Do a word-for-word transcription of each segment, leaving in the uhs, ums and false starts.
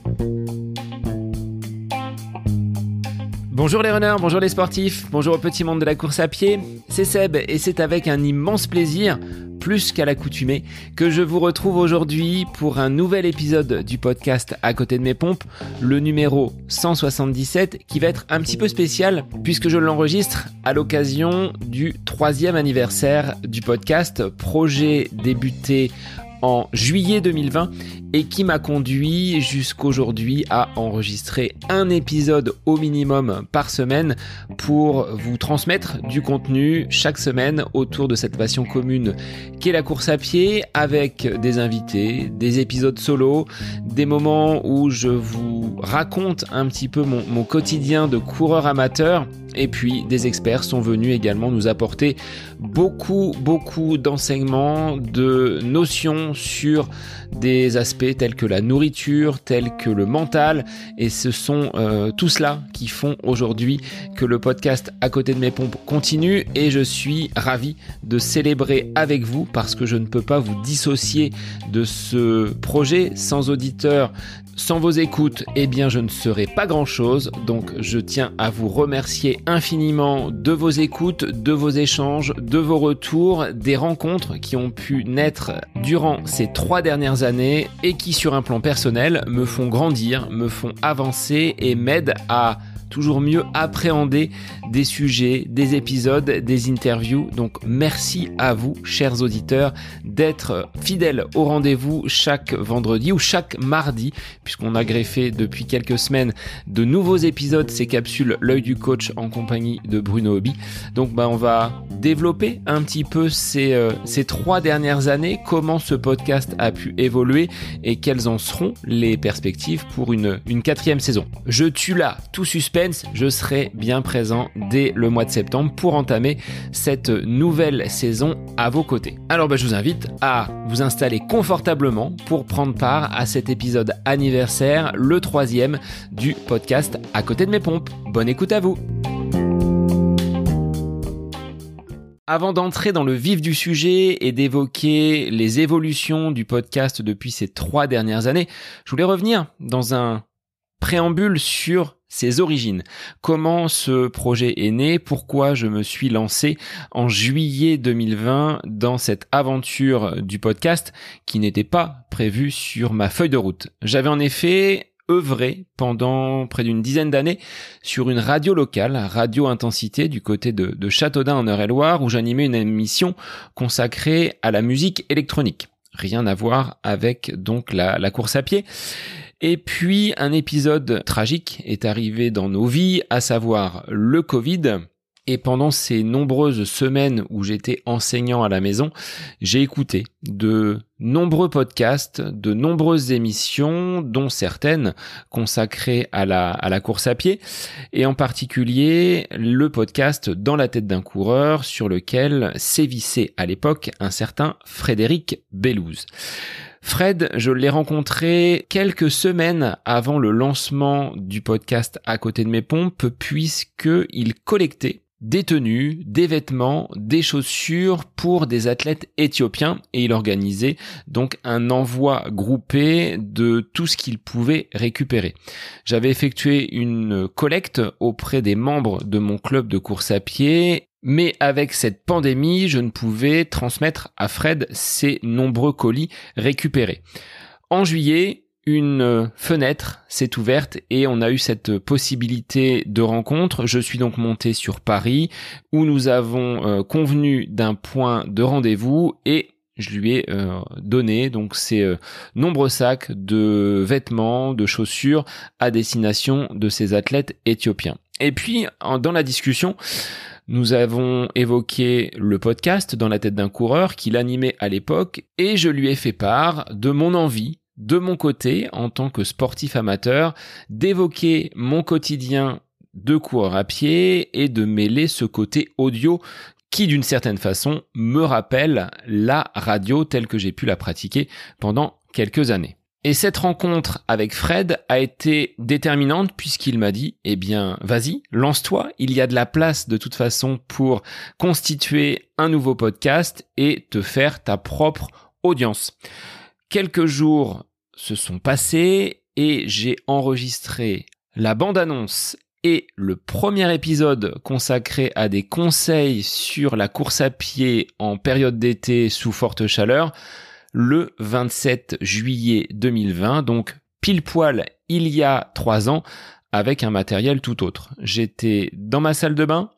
Bonjour les runners, bonjour les sportifs, bonjour au petit monde de la course à pied, c'est Seb et c'est avec un immense plaisir, plus qu'à l'accoutumée, que je vous retrouve aujourd'hui pour un nouvel épisode du podcast À côté de mes pompes, le numéro cent soixante-dix-sept, qui va être un petit peu spécial puisque je l'enregistre à l'occasion du troisième anniversaire du podcast, projet débuté en juillet deux mille vingt et qui m'a conduit jusqu'aujourd'hui à enregistrer un épisode au minimum par semaine pour vous transmettre du contenu chaque semaine autour de cette passion commune qu'est la course à pied, avec des invités, des épisodes solo, des moments où je vous raconte un petit peu mon, mon quotidien de coureur amateur. Et puis des experts sont venus également nous apporter beaucoup, beaucoup d'enseignements, de notions sur des aspects tels que la nourriture, tels que le mental. Et ce sont euh, tout cela qui font aujourd'hui que le podcast À côté de mes pompes continue. Et je suis ravi de célébrer avec vous parce que je ne peux pas vous dissocier de ce projet. Sans auditeurs, sans vos écoutes, eh bien je ne serais pas grand-chose. Donc je tiens à vous remercier infiniment de vos écoutes, de vos échanges, de vos retours, des rencontres qui ont pu naître durant ces trois dernières années et qui, sur un plan personnel, me font grandir, me font avancer et m'aident à toujours mieux appréhender des sujets, des épisodes, des interviews. Donc merci à vous, chers auditeurs, d'être fidèles au rendez-vous chaque vendredi ou chaque mardi, puisqu'on a greffé depuis quelques semaines de nouveaux épisodes, ces capsules L'œil du coach en compagnie de Bruno Hobby. Donc bah, on va développer un petit peu ces, euh, ces trois dernières années, comment ce podcast a pu évoluer et quelles en seront les perspectives pour une, une quatrième saison. Je tue là tout suspense. Je serai bien présent dès le mois de septembre pour entamer cette nouvelle saison à vos côtés. Alors bah, je vous invite à vous installer confortablement pour prendre part à cet épisode anniversaire, le troisième du podcast À côté de mes pompes. Bonne écoute à vous. Avant d'entrer dans le vif du sujet et d'évoquer les évolutions du podcast depuis ces trois dernières années, je voulais revenir dans un préambule sur ses origines. Comment ce projet est né? Pourquoi je me suis lancé en juillet deux mille vingt dans cette aventure du podcast qui n'était pas prévue sur ma feuille de route? J'avais en effet œuvré pendant près d'une dizaine d'années sur une radio locale, Radio Intensité, du côté de, de Châteaudun en Eure-et-Loire, où j'animais une émission consacrée à la musique électronique. Rien à voir avec donc la, la course à pied. Et puis, un épisode tragique est arrivé dans nos vies, à savoir le Covid. Et pendant ces nombreuses semaines où j'étais enseignant à la maison, j'ai écouté de nombreux podcasts, de nombreuses émissions, dont certaines consacrées à la, à la course à pied, et en particulier le podcast Dans la tête d'un coureur, sur lequel sévissait à l'époque un certain Frédéric Bellouz. Fred, je l'ai rencontré quelques semaines avant le lancement du podcast À côté de mes pompes, puisqu'il collectait des tenues, des vêtements, des chaussures pour des athlètes éthiopiens et il organisait donc un envoi groupé de tout ce qu'il pouvait récupérer. J'avais effectué une collecte auprès des membres de mon club de course à pied, mais avec cette pandémie, je ne pouvais transmettre à Fred ces nombreux colis récupérés. En juillet, une fenêtre s'est ouverte et on a eu cette possibilité de rencontre. Je suis donc monté sur Paris où nous avons euh, convenu d'un point de rendez-vous et je lui ai euh, donné donc ces euh, nombreux sacs de vêtements, de chaussures à destination de ces athlètes éthiopiens. Et puis, en, dans la discussion, nous avons évoqué le podcast Dans la tête d'un coureur qu'il animait à l'époque et je lui ai fait part de mon envie, de mon côté, en tant que sportif amateur, d'évoquer mon quotidien de coureur à pied et de mêler ce côté audio qui, d'une certaine façon, me rappelle la radio telle que j'ai pu la pratiquer pendant quelques années. Et cette rencontre avec Fred a été déterminante puisqu'il m'a dit « Eh bien, vas-y, lance-toi, il y a de la place de toute façon pour constituer un nouveau podcast et te faire ta propre audience. » Quelques jours se sont passés et j'ai enregistré la bande-annonce et le premier épisode consacré à des conseils sur la course à pied en période d'été sous forte chaleur le vingt-sept juillet deux mille vingt, donc pile poil il y a trois ans, avec un matériel tout autre. J'étais dans ma salle de bain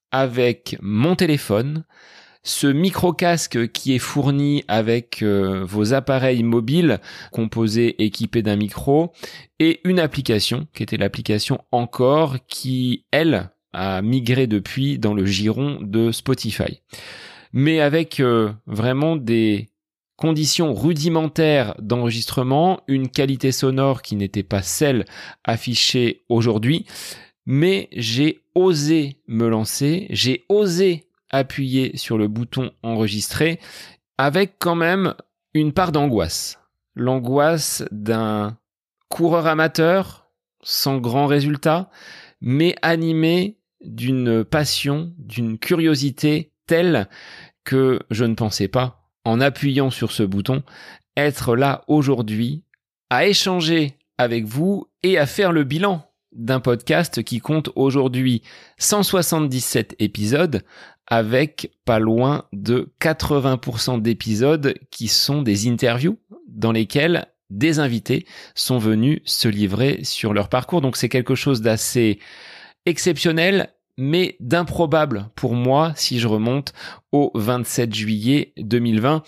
avec mon téléphone, ce micro-casque qui est fourni avec euh, vos appareils mobiles composés, équipés d'un micro, et une application qui était l'application Encore qui, elle, a migré depuis dans le giron de Spotify. Mais avec euh, vraiment des conditions rudimentaires d'enregistrement, une qualité sonore qui n'était pas celle affichée aujourd'hui, mais j'ai osé me lancer, j'ai osé appuyer sur le bouton enregistrer avec quand même une part d'angoisse. L'angoisse d'un coureur amateur sans grand résultat, mais animé d'une passion, d'une curiosité telle que je ne pensais pas, en appuyant sur ce bouton, être là aujourd'hui à échanger avec vous et à faire le bilan d'un podcast qui compte aujourd'hui cent soixante-dix-sept épisodes avec pas loin de quatre-vingts pour cent d'épisodes qui sont des interviews dans lesquelles des invités sont venus se livrer sur leur parcours. Donc c'est quelque chose d'assez exceptionnel, mais d'improbable pour moi si je remonte au vingt-sept juillet deux mille vingt.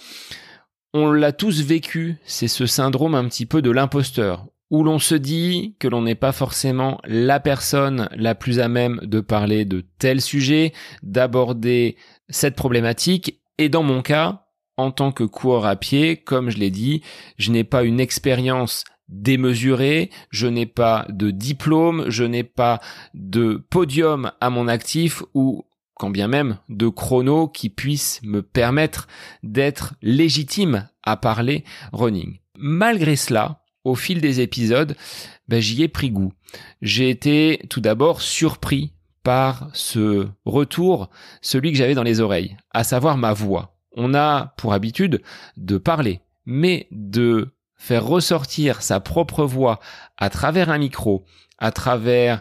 On l'a tous vécu, c'est ce syndrome un petit peu de l'imposteur, où l'on se dit que l'on n'est pas forcément la personne la plus à même de parler de tel sujet, d'aborder cette problématique. Et dans mon cas, en tant que coureur à pied, comme je l'ai dit, je n'ai pas une expérience démesurée, je n'ai pas de diplôme, je n'ai pas de podium à mon actif ou quand bien même de chrono qui puisse me permettre d'être légitime à parler running. Malgré cela, au fil des épisodes, ben, j'y ai pris goût. J'ai été tout d'abord surpris par ce retour, celui que j'avais dans les oreilles, à savoir ma voix. On a pour habitude de parler, mais de faire ressortir sa propre voix à travers un micro, à travers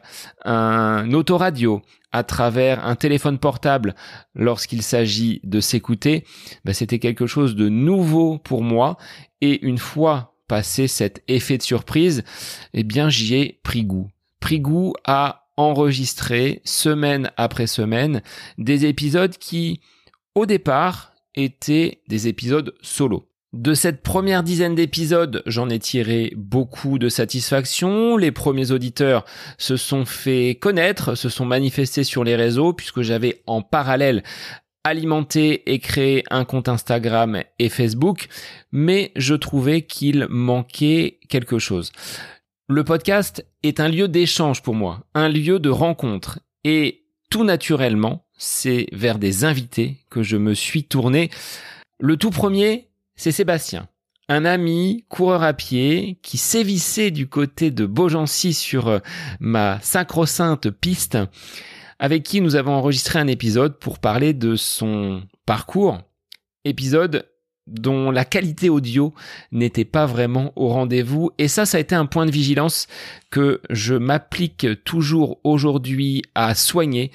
un autoradio, à travers un téléphone portable lorsqu'il s'agit de s'écouter, ben, c'était quelque chose de nouveau pour moi. Et une fois passé cet effet de surprise, eh bien j'y ai pris goût. Pris goût à enregistrer semaine après semaine des épisodes qui, au départ, étaient des épisodes solo. De cette première dizaine d'épisodes, j'en ai tiré beaucoup de satisfaction. Les premiers auditeurs se sont fait connaître, se sont manifestés sur les réseaux puisque j'avais en parallèle alimenté et créé un compte Instagram et Facebook, mais je trouvais qu'il manquait quelque chose. Le podcast est un lieu d'échange pour moi, un lieu de rencontre et tout naturellement, c'est vers des invités que je me suis tourné. Le tout premier, c'est Sébastien, un ami coureur à pied qui sévissait du côté de Beaugency sur ma sacro-sainte piste, avec qui nous avons enregistré un épisode pour parler de son parcours, épisode dont la qualité audio n'était pas vraiment au rendez-vous. Et ça, ça a été un point de vigilance que je m'applique toujours aujourd'hui à soigner.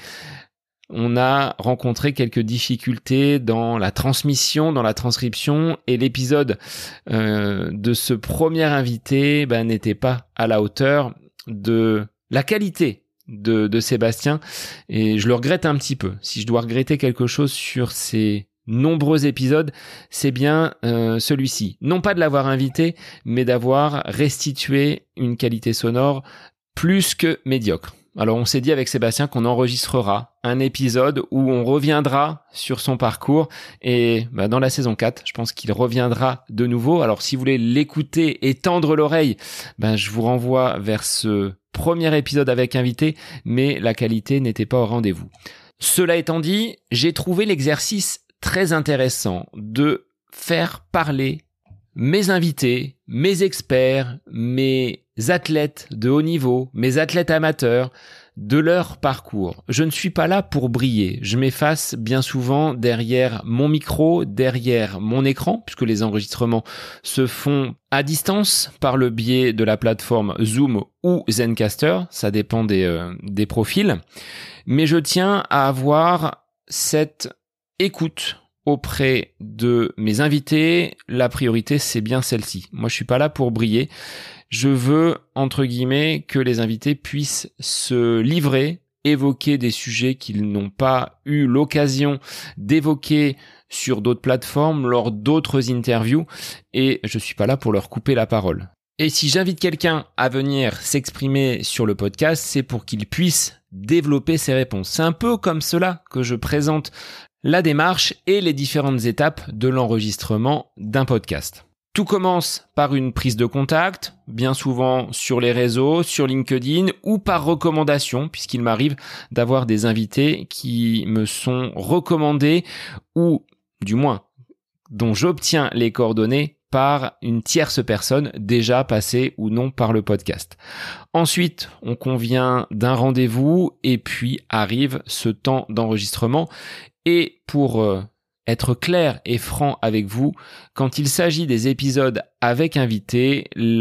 On a rencontré quelques difficultés dans la transmission, dans la transcription, et l'épisode euh, de ce premier invité ben, n'était pas à la hauteur de la qualité de, de Sébastien, et je le regrette un petit peu. Si je dois regretter quelque chose sur ces nombreux épisodes, c'est bien euh, celui-ci. Non pas de l'avoir invité, mais d'avoir restitué une qualité sonore plus que médiocre. Alors on s'est dit avec Sébastien qu'on enregistrera un épisode où on reviendra sur son parcours et bah, dans la saison quatre, je pense qu'il reviendra de nouveau. Alors si vous voulez l'écouter et tendre l'oreille, bah, je vous renvoie vers ce premier épisode avec invité, mais la qualité n'était pas au rendez-vous. Cela étant dit, j'ai trouvé l'exercice très intéressant de faire parler mes invités, mes experts, mes athlètes de haut niveau, mes athlètes amateurs, de leur parcours. Je ne suis pas là pour briller. Je m'efface bien souvent derrière mon micro, derrière mon écran, puisque les enregistrements se font à distance par le biais de la plateforme Zoom ou Zencastr. Ça dépend des, euh, des profils. Mais je tiens à avoir cette écoute auprès de mes invités. La priorité, c'est bien celle-ci. Moi, je suis pas là pour briller. Je veux, entre guillemets, que les invités puissent se livrer, évoquer des sujets qu'ils n'ont pas eu l'occasion d'évoquer sur d'autres plateformes, lors d'autres interviews, et je suis pas là pour leur couper la parole. Et si j'invite quelqu'un à venir s'exprimer sur le podcast, c'est pour qu'il puisse développer ses réponses. C'est un peu comme cela que je présente la démarche et les différentes étapes de l'enregistrement d'un podcast. Tout commence par une prise de contact, bien souvent sur les réseaux, sur LinkedIn ou par recommandation, puisqu'il m'arrive d'avoir des invités qui me sont recommandés ou, du moins, dont j'obtiens les coordonnées par une tierce personne déjà passée ou non par le podcast. Ensuite, on convient d'un rendez-vous et puis arrive ce temps d'enregistrement. Et pour euh, être clair et franc avec vous, quand il s'agit des épisodes avec invité,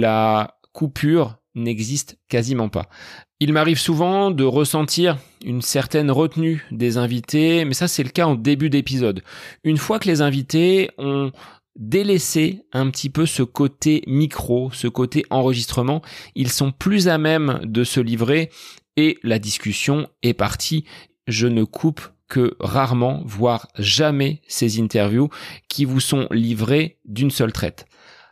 la coupure n'existe quasiment pas. Il m'arrive souvent de ressentir une certaine retenue des invités, mais ça c'est le cas en début d'épisode. Une fois que les invités ont délaissé un petit peu ce côté micro, ce côté enregistrement, ils sont plus à même de se livrer et la discussion est partie. Je ne coupe que rarement, voire jamais, ces interviews qui vous sont livrées d'une seule traite.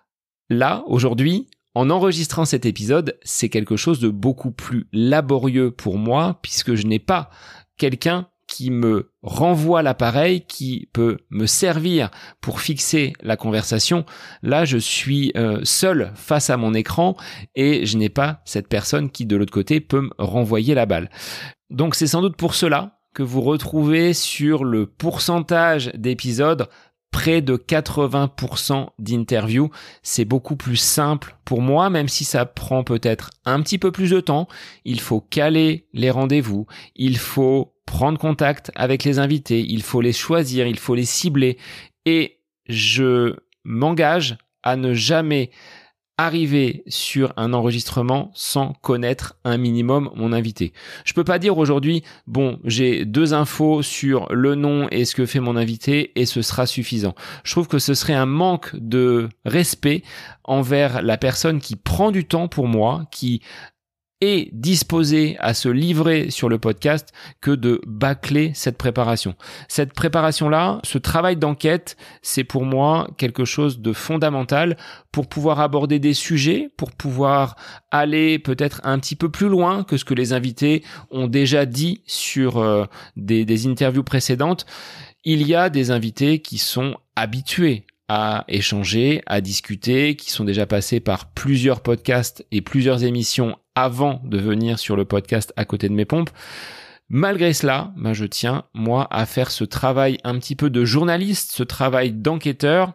Là, aujourd'hui, en enregistrant cet épisode, c'est quelque chose de beaucoup plus laborieux pour moi puisque je n'ai pas quelqu'un qui me renvoie l'appareil, qui peut me servir pour fixer la conversation. Là, je suis euh, seul face à mon écran et je n'ai pas cette personne qui, de l'autre côté, peut me renvoyer la balle. Donc, c'est sans doute pour cela que vous retrouvez sur le pourcentage d'épisodes près de quatre-vingts pour cent d'interviews. C'est beaucoup plus simple pour moi, même si ça prend peut-être un petit peu plus de temps. Il faut caler les rendez-vous, il faut prendre contact avec les invités, il faut les choisir, il faut les cibler. Et je m'engage à ne jamais arriver sur un enregistrement sans connaître un minimum mon invité. Je peux pas dire aujourd'hui, bon, j'ai deux infos sur le nom et ce que fait mon invité et ce sera suffisant. Je trouve que ce serait un manque de respect envers la personne qui prend du temps pour moi, qui est disposé à se livrer sur le podcast que de bâcler cette préparation. Cette préparation-là, ce travail d'enquête, c'est pour moi quelque chose de fondamental pour pouvoir aborder des sujets, pour pouvoir aller peut-être un petit peu plus loin que ce que les invités ont déjà dit sur euh, des, des interviews précédentes. Il y a des invités qui sont habitués à échanger, à discuter, qui sont déjà passés par plusieurs podcasts et plusieurs émissions avant de venir sur le podcast à côté de mes pompes. Malgré cela, ben je tiens, moi, à faire ce travail un petit peu de journaliste, ce travail d'enquêteur.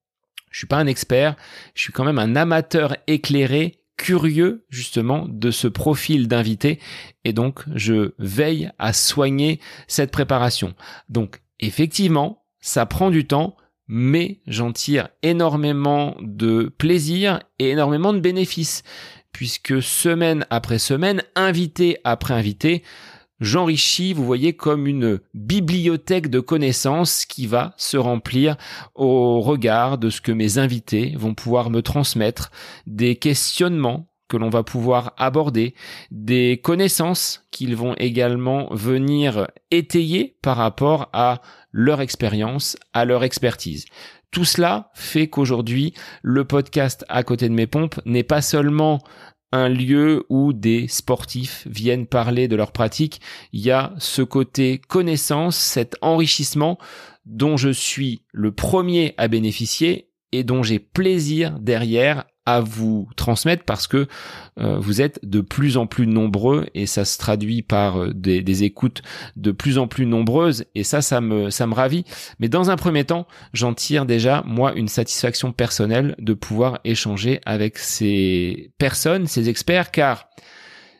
Je suis pas un expert, je suis quand même un amateur éclairé, curieux, justement, de ce profil d'invité. Et donc, je veille à soigner cette préparation. Donc, effectivement, ça prend du temps, mais j'en tire énormément de plaisir et énormément de bénéfices. Puisque semaine après semaine, invité après invité, j'enrichis, vous voyez, comme une bibliothèque de connaissances qui va se remplir au regard de ce que mes invités vont pouvoir me transmettre, des questionnements que l'on va pouvoir aborder, des connaissances qu'ils vont également venir étayer par rapport à leur expérience, à leur expertise. Tout cela fait qu'aujourd'hui, le podcast à côté de mes pompes n'est pas seulement un lieu où des sportifs viennent parler de leur pratique. Il y a ce côté connaissance, cet enrichissement dont je suis le premier à bénéficier et dont j'ai plaisir derrière à vous transmettre parce que euh, vous êtes de plus en plus nombreux et ça se traduit par euh, des, des écoutes de plus en plus nombreuses et ça, ça me, ça me ravit. Mais dans un premier temps, j'en tire déjà, moi, une satisfaction personnelle de pouvoir échanger avec ces personnes, ces experts, car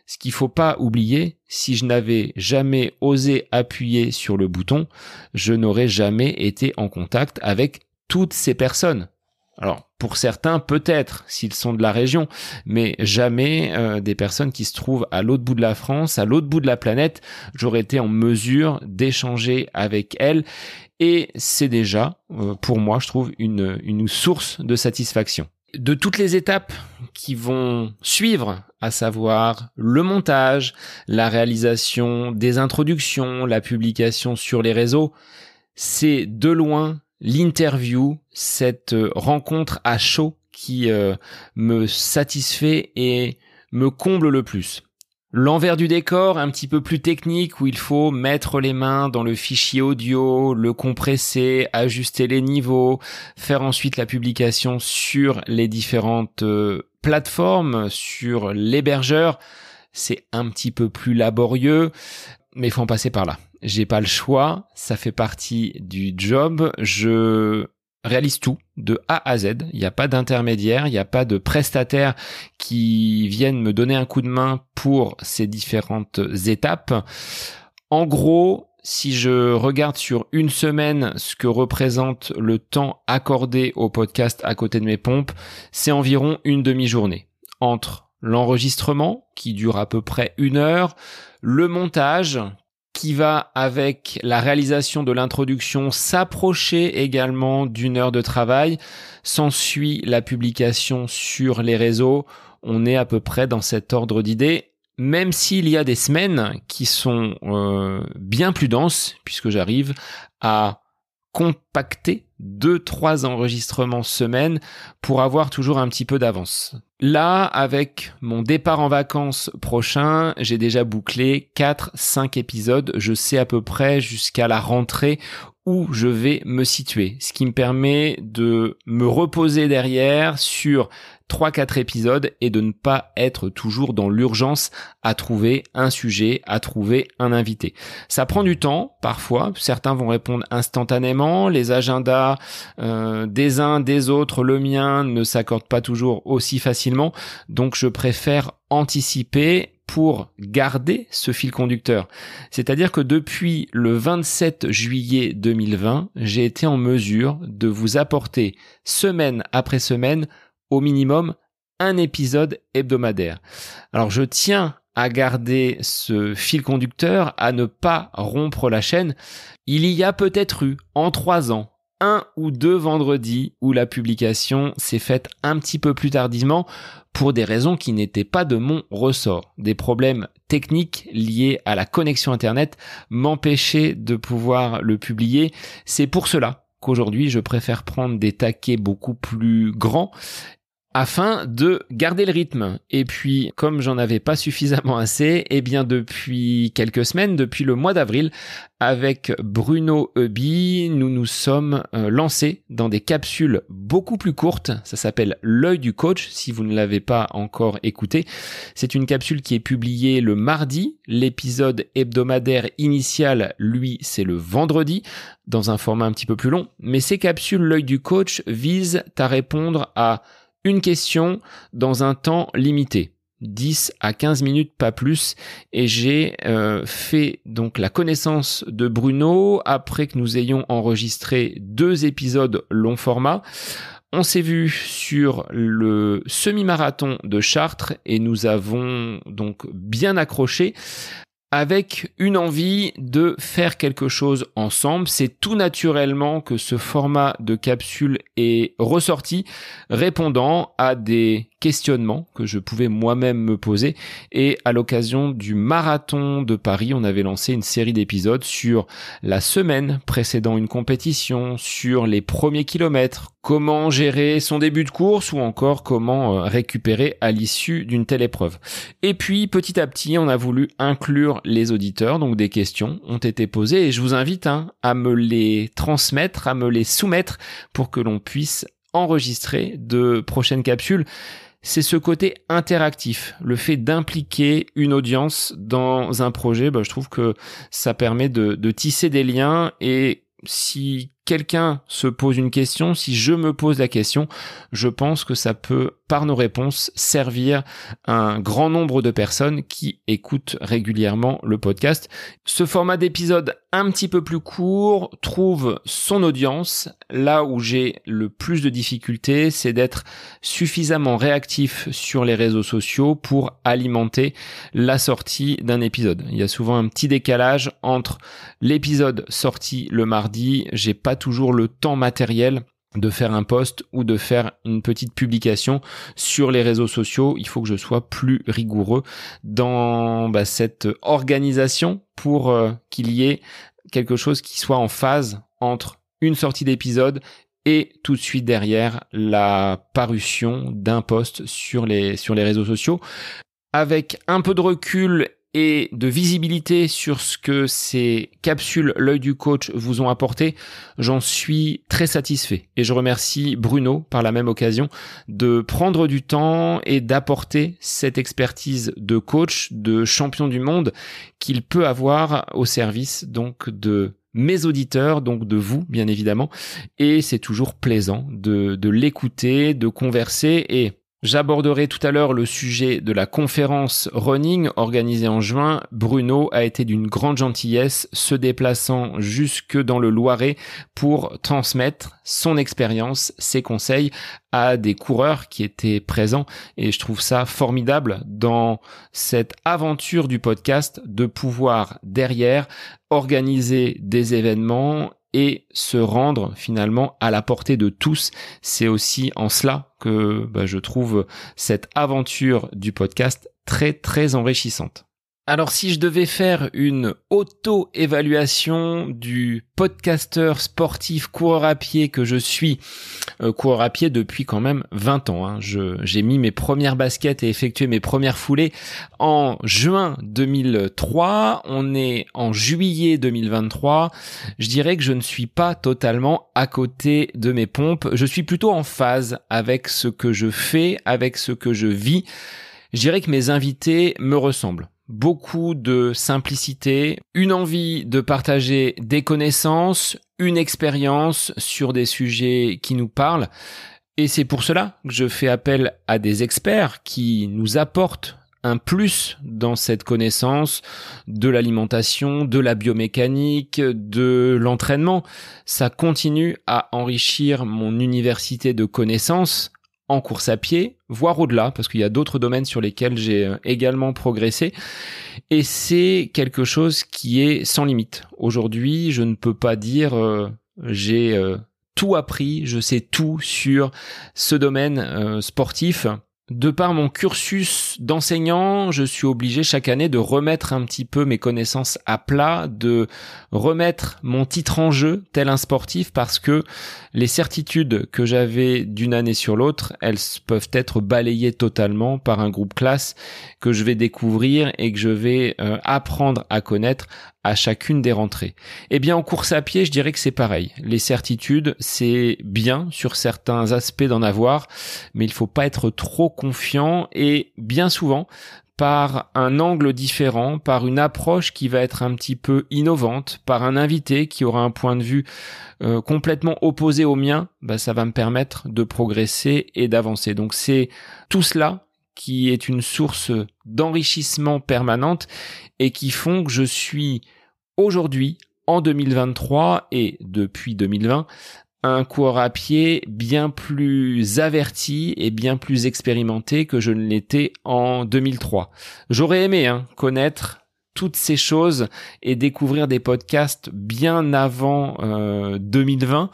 Ce qu'il faut pas oublier, si je n'avais jamais osé appuyer sur le bouton, je n'aurais jamais été en contact avec toutes ces personnes. Alors, pour certains, peut-être, s'ils sont de la région, mais jamais euh, des personnes qui se trouvent à l'autre bout de la France, à l'autre bout de la planète, j'aurais été en mesure d'échanger avec elles. Et c'est déjà, euh, pour moi, je trouve, une, une source de satisfaction. De toutes les étapes qui vont suivre, à savoir le montage, la réalisation des introductions, la publication sur les réseaux, c'est de loin l'interview, cette rencontre à chaud qui euh, me satisfait et me comble le plus. L'envers du décor, un petit peu plus technique, où il faut mettre les mains dans le fichier audio, le compresser, ajuster les niveaux, faire ensuite la publication sur les différentes euh, plateformes, sur l'hébergeur, c'est un petit peu plus laborieux, mais il faut en passer par là. J'ai pas le choix, ça fait partie du job, je réalise tout de A à Z, il n'y a pas d'intermédiaire, il n'y a pas de prestataire qui viennent me donner un coup de main pour ces différentes étapes. En gros, si je regarde sur une semaine ce que représente le temps accordé au podcast à côté de mes pompes, c'est environ une demi-journée. Entre l'enregistrement, qui dure à peu près une heure, le montage, qui va avec la réalisation de l'introduction s'approcher également d'une heure de travail. S'ensuit la publication sur les réseaux. On est à peu près dans cet ordre d'idées, même s'il y a des semaines qui sont euh, bien plus denses, puisque j'arrive à compacter deux, trois enregistrements semaine pour avoir toujours un petit peu d'avance. Là, avec mon départ en vacances prochain, j'ai déjà bouclé quatre, cinq épisodes. Je sais à peu près jusqu'à la rentrée où je vais me situer. Ce qui me permet de me reposer derrière sur trois quatre épisodes et de ne pas être toujours dans l'urgence à trouver un sujet, à trouver un invité. Ça prend du temps, parfois. Certains vont répondre instantanément. Les agendas euh, des uns, des autres, le mien ne s'accordent pas toujours aussi facilement. Donc, je préfère anticiper pour garder ce fil conducteur. C'est-à-dire que depuis le vingt-sept juillet deux mille vingt, j'ai été en mesure de vous apporter semaine après semaine au minimum un épisode hebdomadaire. Alors je tiens à garder ce fil conducteur, à ne pas rompre la chaîne. Il y a peut-être eu en trois ans un ou deux vendredis où la publication s'est faite un petit peu plus tardivement pour des raisons qui n'étaient pas de mon ressort. Des problèmes techniques liés à la connexion Internet m'empêchaient de pouvoir le publier. C'est pour cela qu'aujourd'hui, je préfère prendre des taquets beaucoup plus grands afin de garder le rythme. Et puis, comme j'en avais pas suffisamment assez, eh bien depuis quelques semaines, depuis le mois d'avril, avec Bruno Heuby, nous nous sommes euh, lancés dans des capsules beaucoup plus courtes. Ça s'appelle l'œil du coach, si vous ne l'avez pas encore écouté. C'est une capsule qui est publiée le mardi. L'épisode hebdomadaire initial, lui, c'est le vendredi, dans un format un petit peu plus long. Mais ces capsules, l'œil du coach, visent à répondre à une question dans un temps limité, dix à quinze minutes, pas plus, et j'ai euh, fait donc la connaissance de Bruno après que nous ayons enregistré deux épisodes long format. On s'est vu sur le semi-marathon de Chartres et nous avons donc bien accroché, avec une envie de faire quelque chose ensemble. C'est tout naturellement que ce format de capsule est ressorti, répondant à des questionnements que je pouvais moi-même me poser. Et à l'occasion du marathon de Paris, on avait lancé une série d'épisodes sur la semaine précédant une compétition, sur les premiers kilomètres, comment gérer son début de course ou encore comment récupérer à l'issue d'une telle épreuve. Et puis, petit à petit, on a voulu inclure les auditeurs, donc des questions ont été posées et je vous invite hein, à me les transmettre, à me les soumettre pour que l'on puisse enregistrer de prochaines capsules. C'est ce côté interactif, le fait d'impliquer une audience dans un projet, bah, je trouve que ça permet de, de tisser des liens et si quelqu'un se pose une question, si je me pose la question, je pense que ça peut, par nos réponses, servir un grand nombre de personnes qui écoutent régulièrement le podcast. Ce format d'épisode un petit peu plus court trouve son audience. Là où j'ai le plus de difficultés, c'est d'être suffisamment réactif sur les réseaux sociaux pour alimenter la sortie d'un épisode. Il y a souvent un petit décalage entre l'épisode sorti le mardi, j'ai pas toujours le temps matériel de faire un post ou de faire une petite publication sur les réseaux sociaux. Il faut que je sois plus rigoureux dans bah, cette organisation pour euh, qu'il y ait quelque chose qui soit en phase entre une sortie d'épisode et tout de suite derrière la parution d'un post sur les, sur les réseaux sociaux. Avec un peu de recul et de visibilité sur ce que ces capsules L'œil du coach vous ont apporté, j'en suis très satisfait. Et je remercie Bruno par la même occasion de prendre du temps et d'apporter cette expertise de coach, de champion du monde qu'il peut avoir au service donc de mes auditeurs, donc de vous bien évidemment. Et c'est toujours plaisant de, de l'écouter, de converser et j'aborderai tout à l'heure le sujet de la conférence running organisée en juin. Bruno a été d'une grande gentillesse, se déplaçant jusque dans le Loiret pour transmettre son expérience, ses conseils à des coureurs qui étaient présents. Et je trouve ça formidable dans cette aventure du podcast de pouvoir derrière organiser des événements et se rendre finalement à la portée de tous. C'est aussi en cela que bah, je trouve cette aventure du podcast très très enrichissante. Alors si je devais faire une auto-évaluation du podcasteur sportif coureur à pied que je suis, euh, coureur à pied depuis quand même vingt ans, hein. Je, j'ai mis mes premières baskets et effectué mes premières foulées en juin deux mille trois, on est en juillet deux mille vingt-trois, je dirais que je ne suis pas totalement à côté de mes pompes, je suis plutôt en phase avec ce que je fais, avec ce que je vis. Je dirais que mes invités me ressemblent. Beaucoup de simplicité, une envie de partager des connaissances, une expérience sur des sujets qui nous parlent. Et c'est pour cela que je fais appel à des experts qui nous apportent un plus dans cette connaissance de l'alimentation, de la biomécanique, de l'entraînement. Ça continue à enrichir mon université de connaissances en course à pied, voire au-delà, parce qu'il y a d'autres domaines sur lesquels j'ai également progressé. Et c'est quelque chose qui est sans limite. Aujourd'hui, je ne peux pas dire euh, j'ai euh, tout appris, je sais tout sur ce domaine euh, sportif. De par mon cursus d'enseignant, je suis obligé chaque année de remettre un petit peu mes connaissances à plat, de remettre mon titre en jeu tel un sportif parce que les certitudes que j'avais d'une année sur l'autre, elles peuvent être balayées totalement par un groupe classe que je vais découvrir et que je vais euh, apprendre à connaître à chacune des rentrées. Eh bien, en course à pied, je dirais que c'est pareil. Les certitudes, c'est bien sur certains aspects d'en avoir, mais il faut pas être trop confiant et bien souvent, par un angle différent, par une approche qui va être un petit peu innovante, par un invité qui aura un point de vue euh, complètement opposé au mien, bah, ça va me permettre de progresser et d'avancer. Donc c'est tout cela qui est une source d'enrichissement permanente et qui font que je suis aujourd'hui, en deux mille vingt-trois et depuis deux mille vingt, un coureur à pied bien plus averti et bien plus expérimenté que je ne l'étais en deux mille trois. J'aurais aimé hein, connaître toutes ces choses et découvrir des podcasts bien avant euh, deux mille vingt.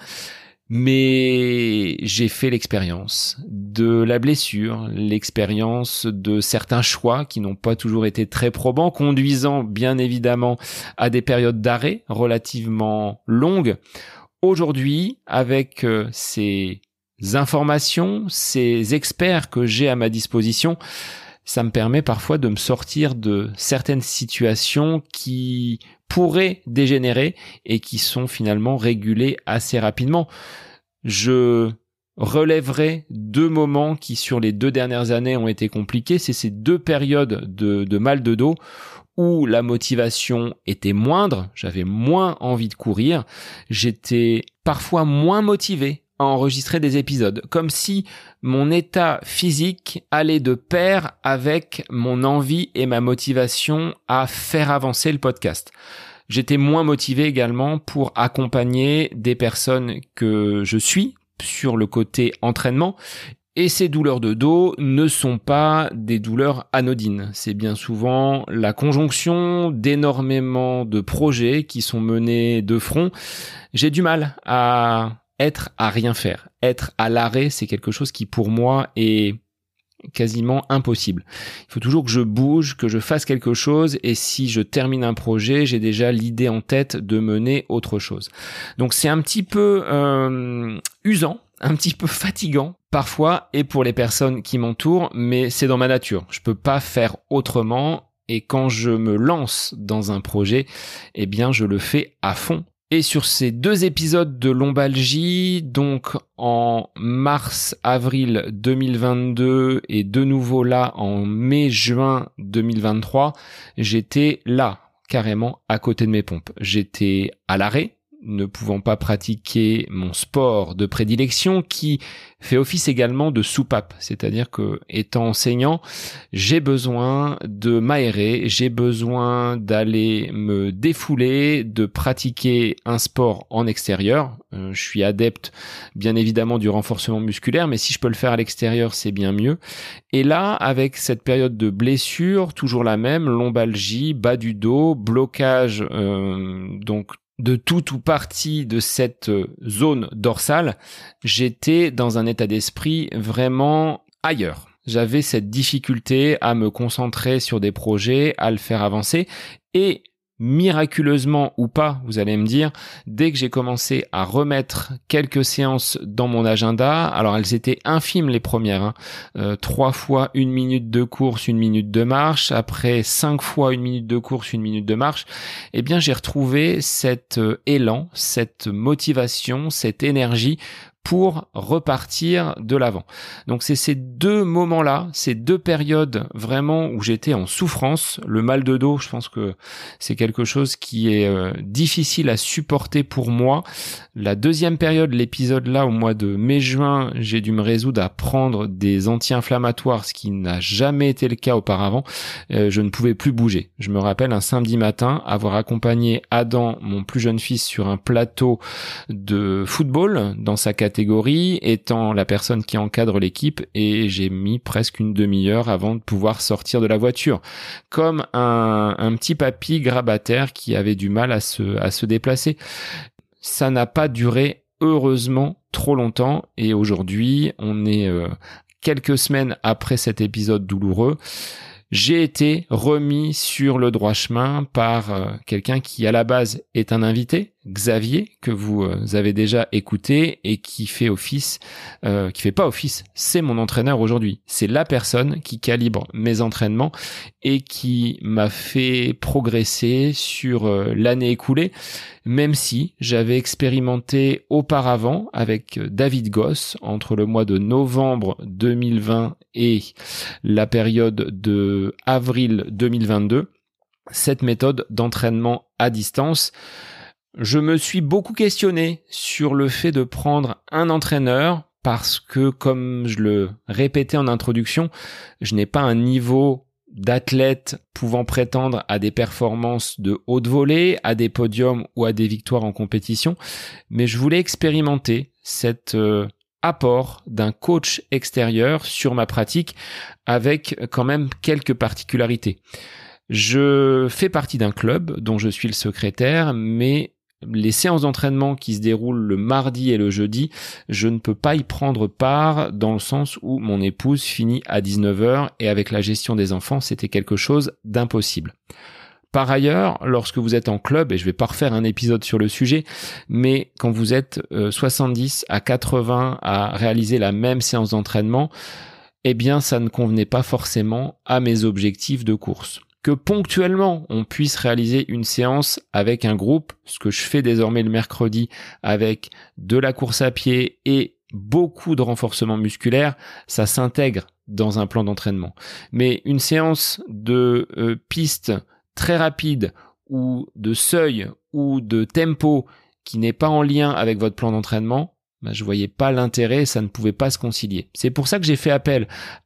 Mais j'ai fait l'expérience de la blessure, l'expérience de certains choix qui n'ont pas toujours été très probants, conduisant bien évidemment à des périodes d'arrêt relativement longues. Aujourd'hui, avec euh, ces informations, ces experts que j'ai à ma disposition, ça me permet parfois de me sortir de certaines situations qui pourraient dégénérer et qui sont finalement régulées assez rapidement. Je relèverai deux moments qui sur les deux dernières années ont été compliqués. C'est ces deux périodes de, de mal de dos où la motivation était moindre, j'avais moins envie de courir, j'étais parfois moins motivé à enregistrer des épisodes, comme si mon état physique allait de pair avec mon envie et ma motivation à faire avancer le podcast. J'étais moins motivé également pour accompagner des personnes que je suis sur le côté entraînement. Et ces douleurs de dos ne sont pas des douleurs anodines. C'est bien souvent la conjonction d'énormément de projets qui sont menés de front. J'ai du mal à être à rien faire. Être à l'arrêt, c'est quelque chose qui pour moi est quasiment impossible. Il faut toujours que je bouge, que je fasse quelque chose, et si je termine un projet, j'ai déjà l'idée en tête de mener autre chose. Donc c'est un petit peu euh, usant, un petit peu fatigant parfois, et pour les personnes qui m'entourent, mais c'est dans ma nature. Je peux pas faire autrement, et quand je me lance dans un projet, eh bien je le fais à fond. Et sur ces deux épisodes de Lombalgie, donc en mars-avril deux mille vingt-deux et de nouveau là en mai-juin deux mille vingt-trois, j'étais là, carrément à côté de mes pompes. J'étais à l'arrêt, ne pouvant pas pratiquer mon sport de prédilection qui fait office également de soupape, c'est-à-dire que étant enseignant, j'ai besoin de m'aérer, j'ai besoin d'aller me défouler, de pratiquer un sport en extérieur. Euh, je suis adepte bien évidemment du renforcement musculaire, mais si je peux le faire à l'extérieur, c'est bien mieux. Et là, avec cette période de blessure, toujours la même, lombalgie, bas du dos, blocage, euh, donc de tout ou partie de cette zone dorsale, j'étais dans un état d'esprit vraiment ailleurs. J'avais cette difficulté à me concentrer sur des projets, à le faire avancer, et miraculeusement ou pas, vous allez me dire, dès que j'ai commencé à remettre quelques séances dans mon agenda, alors elles étaient infimes les premières, hein, euh, trois fois une minute de course, une minute de marche, après cinq fois une minute de course, une minute de marche, eh bien j'ai retrouvé cet euh, élan, cette motivation, cette énergie pour repartir de l'avant. Donc c'est ces deux moments-là, ces deux périodes vraiment où j'étais en souffrance. Le mal de dos, je pense que c'est quelque chose qui est euh, difficile à supporter pour moi. La deuxième période, l'épisode là, au mois de mai-juin, j'ai dû me résoudre à prendre des anti-inflammatoires, ce qui n'a jamais été le cas auparavant. Euh, je ne pouvais plus bouger. Je me rappelle un samedi matin avoir accompagné Adam, mon plus jeune fils, sur un plateau de football dans sa catégorie, étant la personne qui encadre l'équipe, et j'ai mis presque une demi-heure avant de pouvoir sortir de la voiture, comme un, un petit papy grabataire qui avait du mal à se, à se déplacer. Ça n'a pas duré, heureusement, trop longtemps, et aujourd'hui, on est euh, quelques semaines après cet épisode douloureux. J'ai été remis sur le droit chemin par euh, quelqu'un qui à la base est un invité, Xavier, que vous euh, avez déjà écouté et qui fait office, euh, qui fait pas office, c'est mon entraîneur aujourd'hui. C'est la personne qui calibre mes entraînements et qui m'a fait progresser sur euh, l'année écoulée, même si j'avais expérimenté auparavant avec David Goss entre le mois de novembre deux mille vingt et la période de avril deux mille vingt-deux, cette méthode d'entraînement à distance. Je me suis beaucoup questionné sur le fait de prendre un entraîneur parce que, comme je le répétais en introduction, je n'ai pas un niveau d'athlète pouvant prétendre à des performances de haute volée, à des podiums ou à des victoires en compétition, mais je voulais expérimenter cet euh, apport d'un coach extérieur sur ma pratique avec quand même quelques particularités. Je fais partie d'un club dont je suis le secrétaire, mais les séances d'entraînement qui se déroulent le mardi et le jeudi, je ne peux pas y prendre part dans le sens où mon épouse finit à dix-neuf heures et avec la gestion des enfants, c'était quelque chose d'impossible. Par ailleurs, lorsque vous êtes en club, et je vais pas refaire un épisode sur le sujet, mais quand vous êtes euh, soixante-dix à quatre-vingts à réaliser la même séance d'entraînement, eh bien ça ne convenait pas forcément à mes objectifs de course. Que ponctuellement on puisse réaliser une séance avec un groupe, ce que je fais désormais le mercredi avec de la course à pied et beaucoup de renforcement musculaire, ça s'intègre dans un plan d'entraînement. Mais une séance de euh, piste très rapide ou de seuil ou de tempo qui n'est pas en lien avec votre plan d'entraînement, ben, je voyais pas l'intérêt, ça ne pouvait pas se concilier. C'est pour ça que j'ai fait appel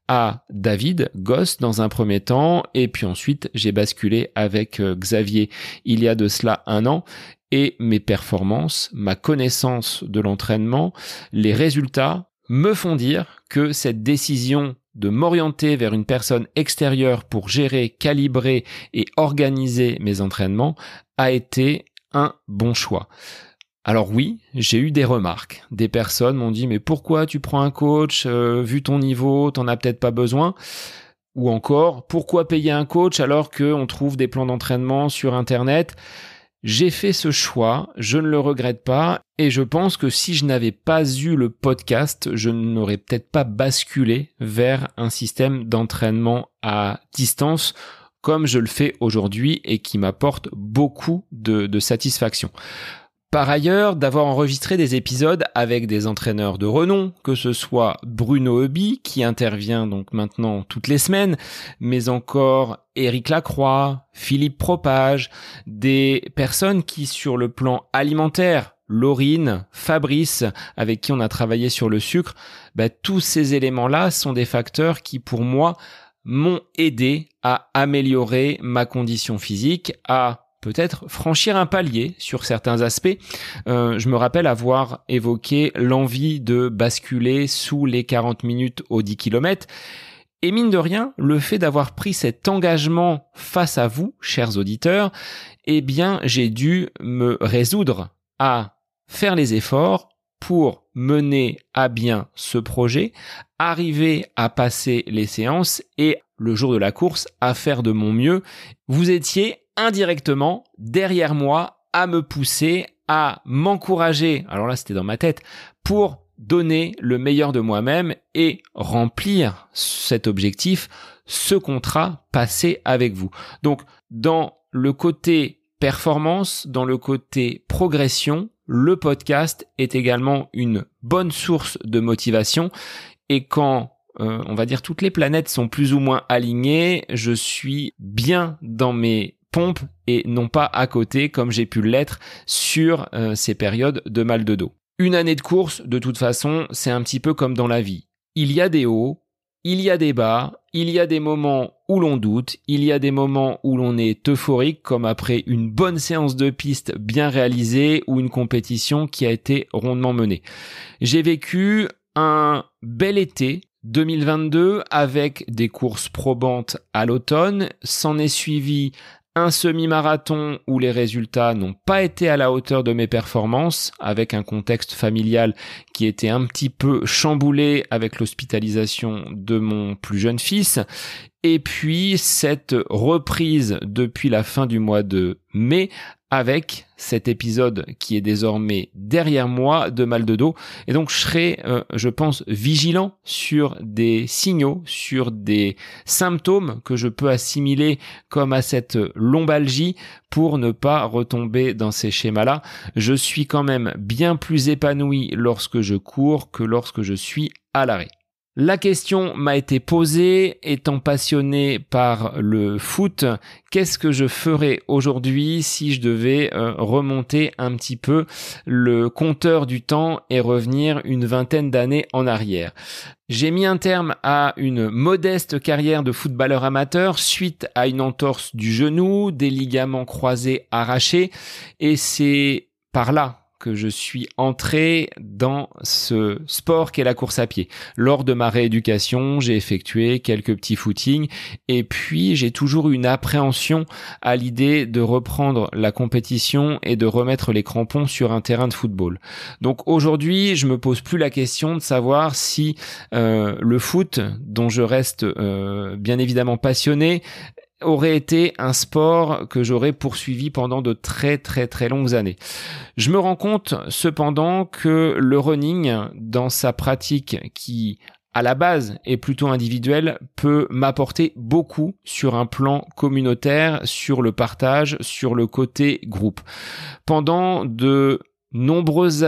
à David Goss dans un premier temps, et puis ensuite j'ai basculé avec euh, Xavier il y a de cela un an, et mes performances, ma connaissance de l'entraînement, les résultats me font dire que cette décision de m'orienter vers une personne extérieure pour gérer, calibrer et organiser mes entraînements a été un bon choix. Alors oui, j'ai eu des remarques. Des personnes m'ont dit « mais pourquoi tu prends un coach, euh, vu ton niveau, t'en as peut-être pas besoin ?» Ou encore « pourquoi payer un coach alors qu'on trouve des plans d'entraînement sur Internet ?» J'ai fait ce choix, je ne le regrette pas, et je pense que si je n'avais pas eu le podcast, je n'aurais peut-être pas basculé vers un système d'entraînement à distance comme je le fais aujourd'hui et qui m'apporte beaucoup de, de satisfaction. Par ailleurs, d'avoir enregistré des épisodes avec des entraîneurs de renom, que ce soit Bruno Heuby, qui intervient donc maintenant toutes les semaines, mais encore Éric Lacroix, Philippe Propage, des personnes qui, sur le plan alimentaire, Laurine, Fabrice, avec qui on a travaillé sur le sucre, bah, tous ces éléments-là sont des facteurs qui, pour moi, m'ont aidé à améliorer ma condition physique, à peut-être franchir un palier sur certains aspects. Euh, je me rappelle avoir évoqué l'envie de basculer sous les quarante minutes aux dix kilomètres. Et mine de rien, le fait d'avoir pris cet engagement face à vous, chers auditeurs, eh bien, j'ai dû me résoudre à faire les efforts pour mener à bien ce projet, arriver à passer les séances et le jour de la course, à faire de mon mieux. Vous étiez indirectement derrière moi à me pousser, à m'encourager, alors là c'était dans ma tête, pour donner le meilleur de moi-même et remplir cet objectif, ce contrat passé avec vous. Donc dans le côté performance, dans le côté progression, le podcast est également une bonne source de motivation, et quand euh, on va dire toutes les planètes sont plus ou moins alignées, je suis bien dans mes pompe et non pas à côté comme j'ai pu l'être sur euh, ces périodes de mal de dos. Une année de course, de toute façon, c'est un petit peu comme dans la vie. Il y a des hauts, il y a des bas, il y a des moments où l'on doute, il y a des moments où l'on est euphorique comme après une bonne séance de piste bien réalisée ou une compétition qui a été rondement menée. J'ai vécu un bel été deux mille vingt-deux avec des courses probantes à l'automne, s'en est suivi un semi-marathon où les résultats n'ont pas été à la hauteur de mes performances, avec un contexte familial qui était un petit peu chamboulé avec l'hospitalisation de mon plus jeune fils. Et puis cette reprise depuis la fin du mois de mai avec cet épisode qui est désormais derrière moi de mal de dos. Et donc je serai, euh, je pense, vigilant sur des signaux, sur des symptômes que je peux assimiler comme à cette lombalgie pour ne pas retomber dans ces schémas-là. Je suis quand même bien plus épanoui lorsque je cours que lorsque je suis à l'arrêt. La question m'a été posée, étant passionné par le foot, qu'est-ce que je ferais aujourd'hui si je devais euh, remonter un petit peu le compteur du temps et revenir une vingtaine d'années en arrière? J'ai mis un terme à une modeste carrière de footballeur amateur suite à une entorse du genou, des ligaments croisés arrachés, et c'est par là que je suis entré dans ce sport qu'est la course à pied. Lors de ma rééducation, j'ai effectué quelques petits footings et puis j'ai toujours eu une appréhension à l'idée de reprendre la compétition et de remettre les crampons sur un terrain de football. Donc aujourd'hui, je me pose plus la question de savoir si euh, le foot, dont je reste euh, bien évidemment passionné, aurait été un sport que j'aurais poursuivi pendant de très très très longues années. Je me rends compte cependant que le running, dans sa pratique qui à la base est plutôt individuelle, peut m'apporter beaucoup sur un plan communautaire, sur le partage, sur le côté groupe. Pendant de nombreuses années,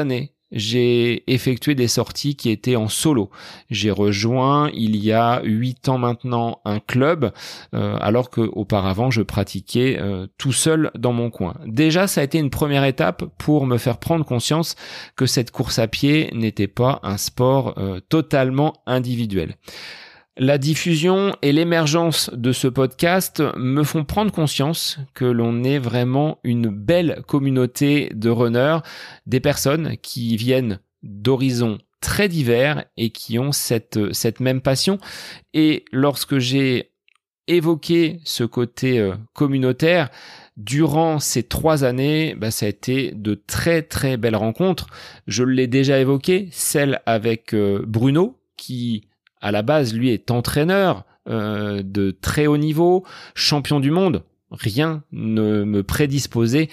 j'ai effectué des sorties qui étaient en solo. J'ai rejoint il y a huit ans maintenant un club, euh, alors qu'auparavant je pratiquais euh, tout seul dans mon coin. Déjà, ça a été une première étape pour me faire prendre conscience que cette course à pied n'était pas un sport euh, totalement individuel. La diffusion et l'émergence de ce podcast me font prendre conscience que l'on est vraiment une belle communauté de runners, des personnes qui viennent d'horizons très divers et qui ont cette, cette même passion. Et lorsque j'ai évoqué ce côté euh, communautaire, durant ces trois années, bah, ça a été de très très belles rencontres. Je l'ai déjà évoqué, celle avec euh, Bruno, qui à la base, lui est entraîneur euh, de très haut niveau, champion du monde. Rien ne me prédisposait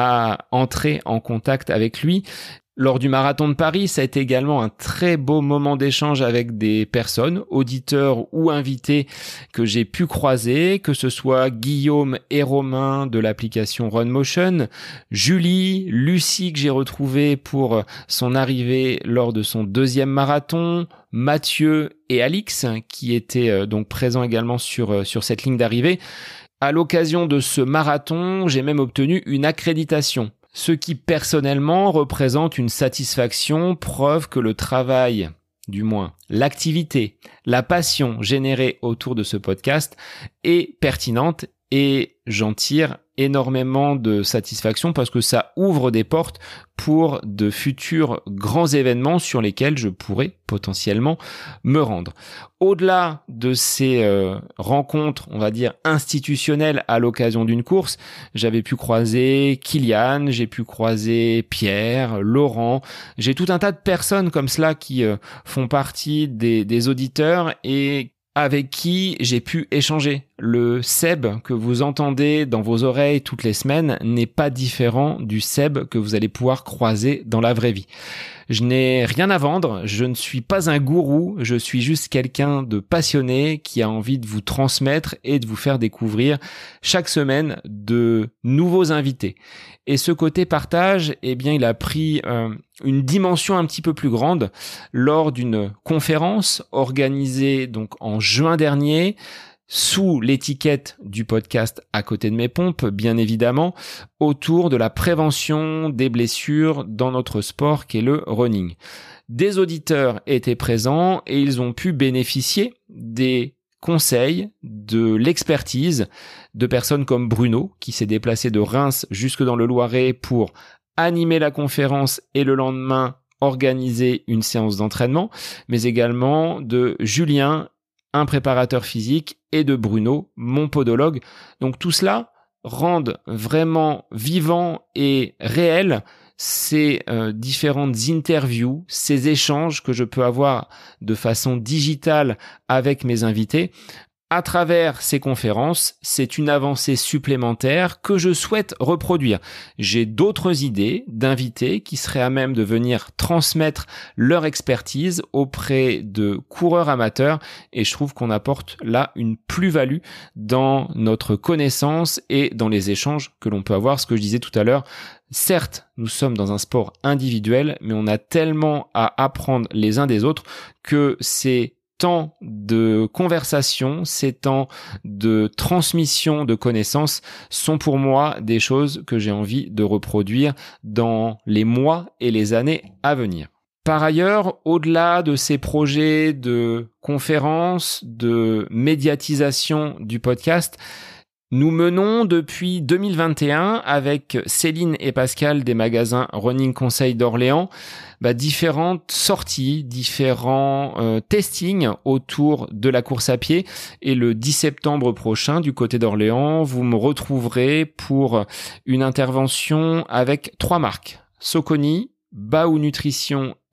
à entrer en contact avec lui. Lors du marathon de Paris, ça a été également un très beau moment d'échange avec des personnes, auditeurs ou invités que j'ai pu croiser, que ce soit Guillaume et Romain de l'application RunMotion, Julie, Lucie que j'ai retrouvée pour son arrivée lors de son deuxième marathon, Mathieu et Alix qui étaient donc présents également sur, sur cette ligne d'arrivée. À l'occasion de ce marathon, j'ai même obtenu une accréditation. Ce qui personnellement représente une satisfaction, preuve que le travail, du moins l'activité, la passion générée autour de ce podcast est pertinente et j'en tire énormément de satisfaction parce que ça ouvre des portes pour de futurs grands événements sur lesquels je pourrais potentiellement me rendre. Au-delà de ces euh, rencontres, on va dire institutionnelles à l'occasion d'une course, j'avais pu croiser Kylian, j'ai pu croiser Pierre, Laurent, j'ai tout un tas de personnes comme cela qui euh, font partie des, des auditeurs et avec qui j'ai pu échanger. Le Seb que vous entendez dans vos oreilles toutes les semaines n'est pas différent du Seb que vous allez pouvoir croiser dans la vraie vie. Je n'ai rien à vendre, je ne suis pas un gourou, je suis juste quelqu'un de passionné qui a envie de vous transmettre et de vous faire découvrir chaque semaine de nouveaux invités. Et ce côté partage, eh bien, il a pris euh, une dimension un petit peu plus grande lors d'une conférence organisée donc en juin dernier, sous l'étiquette du podcast À côté de mes pompes, bien évidemment, autour de la prévention des blessures dans notre sport qui est le running. Des auditeurs étaient présents et ils ont pu bénéficier des conseils, de l'expertise de personnes comme Bruno, qui s'est déplacé de Reims jusque dans le Loiret pour animer la conférence et le lendemain organiser une séance d'entraînement, mais également de Julien, un préparateur physique, et de Bruno, mon podologue. Donc tout cela rend vraiment vivant et réel ces euh, différentes interviews, ces échanges que je peux avoir de façon digitale avec mes invités. À travers ces conférences, c'est une avancée supplémentaire que je souhaite reproduire. J'ai d'autres idées d'invités qui seraient à même de venir transmettre leur expertise auprès de coureurs amateurs et je trouve qu'on apporte là une plus-value dans notre connaissance et dans les échanges que l'on peut avoir. Ce que je disais tout à l'heure, certes, nous sommes dans un sport individuel, mais on a tellement à apprendre les uns des autres que c'est temps de conversation, ces temps de transmission de connaissances sont pour moi des choses que j'ai envie de reproduire dans les mois et les années à venir. Par ailleurs, au-delà de ces projets de conférences, de médiatisation du podcast, nous menons depuis deux mille vingt et un avec Céline et Pascal des magasins Running Conseil d'Orléans bah, différentes sorties, différents euh, testings autour de la course à pied et le dix septembre prochain du côté d'Orléans, vous me retrouverez pour une intervention avec trois marques, Soconi, Baou Nutrition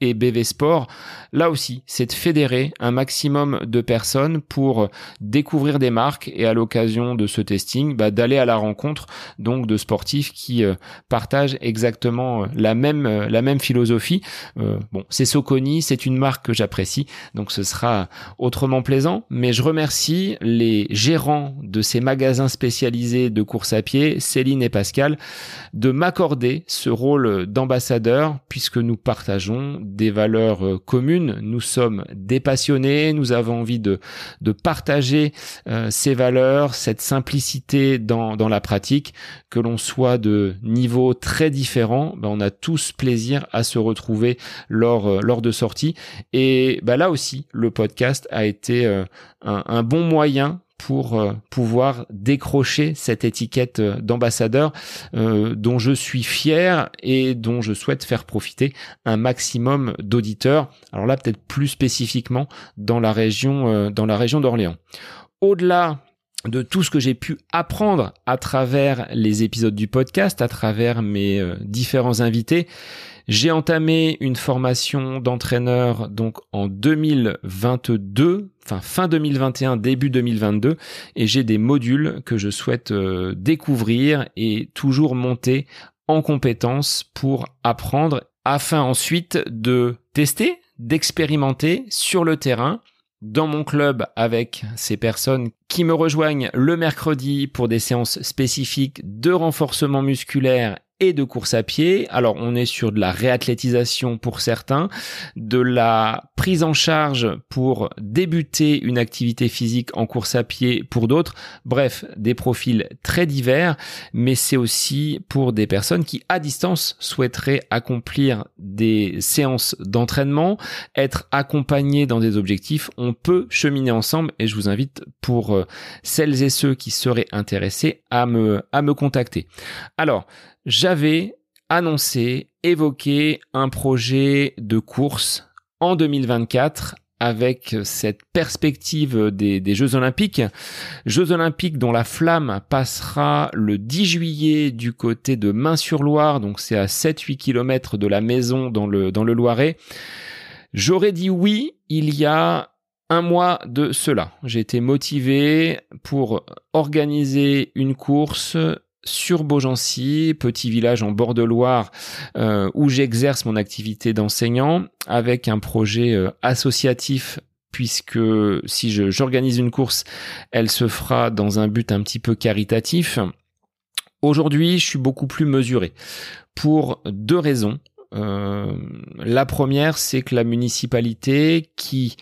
et B V Sport, là aussi, c'est de fédérer un maximum de personnes pour découvrir des marques et à l'occasion de ce testing, bah, d'aller à la rencontre donc de sportifs qui euh, partagent exactement la même euh, la même philosophie. Euh, bon, c'est Saucony, c'est une marque que j'apprécie, donc ce sera autrement plaisant. Mais je remercie les gérants de ces magasins spécialisés de course à pied, Céline et Pascal, de m'accorder ce rôle d'ambassadeur puisque nous partageons des valeurs euh, communes. Nous sommes des passionnés, nous avons envie de, de partager euh, ces valeurs, cette simplicité dans, dans la pratique. Que l'on soit de niveaux très différents, ben on a tous plaisir à se retrouver lors, euh, lors de sorties. Et ben là aussi, le podcast a été euh, un, un bon moyen pour euh, pouvoir décrocher cette étiquette euh, d'ambassadeur euh, dont je suis fier et dont je souhaite faire profiter un maximum d'auditeurs. Alors là, peut-être plus spécifiquement dans la région, euh, dans la région d'Orléans. Au-delà de tout ce que j'ai pu apprendre à travers les épisodes du podcast, à travers mes euh, différents invités, j'ai entamé une formation d'entraîneur donc en deux mille vingt-deux, enfin fin deux mille vingt et un, début deux mille vingt-deux, et j'ai des modules que je souhaite euh, découvrir et toujours monter en compétences pour apprendre afin ensuite de tester, d'expérimenter sur le terrain, dans mon club avec ces personnes qui me rejoignent le mercredi pour des séances spécifiques de renforcement musculaire et de course à pied. Alors, on est sur de la réathlétisation pour certains, de la prise en charge pour débuter une activité physique en course à pied pour d'autres. Bref, des profils très divers, mais c'est aussi pour des personnes qui, à distance, souhaiteraient accomplir des séances d'entraînement, être accompagnés dans des objectifs. On peut cheminer ensemble et je vous invite pour euh, celles et ceux qui seraient intéressés à me, à me contacter. Alors, j'avais annoncé, évoqué un projet de course en deux mille vingt-quatre avec cette perspective des, des Jeux Olympiques. Jeux Olympiques dont la flamme passera le dix juillet du côté de Main-sur-Loire, donc c'est à sept à huit kilomètres de la maison dans le, dans le Loiret. J'aurais dit oui il y a un mois de cela. J'ai été motivé pour organiser une course sur Beaugency, petit village en bord de Loire euh, où j'exerce mon activité d'enseignant avec un projet euh, associatif puisque si je, j'organise une course, elle se fera dans un but un petit peu caritatif. Aujourd'hui, je suis beaucoup plus mesuré pour deux raisons. Euh, la première, c'est que la municipalité qui